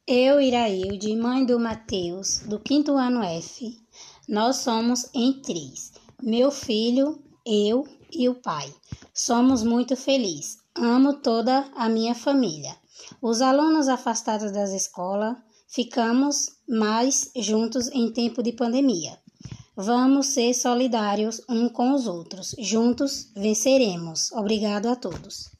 Eu, Irailde, mãe do Matheus, do 5º ano F, nós somos em 3. Meu filho, eu e o pai. Somos muito felizes. Amo toda a minha família. Os alunos afastados das escolas, ficamos mais juntos em tempo de pandemia. Vamos ser solidários uns com os outros. Juntos venceremos. Obrigado a todos.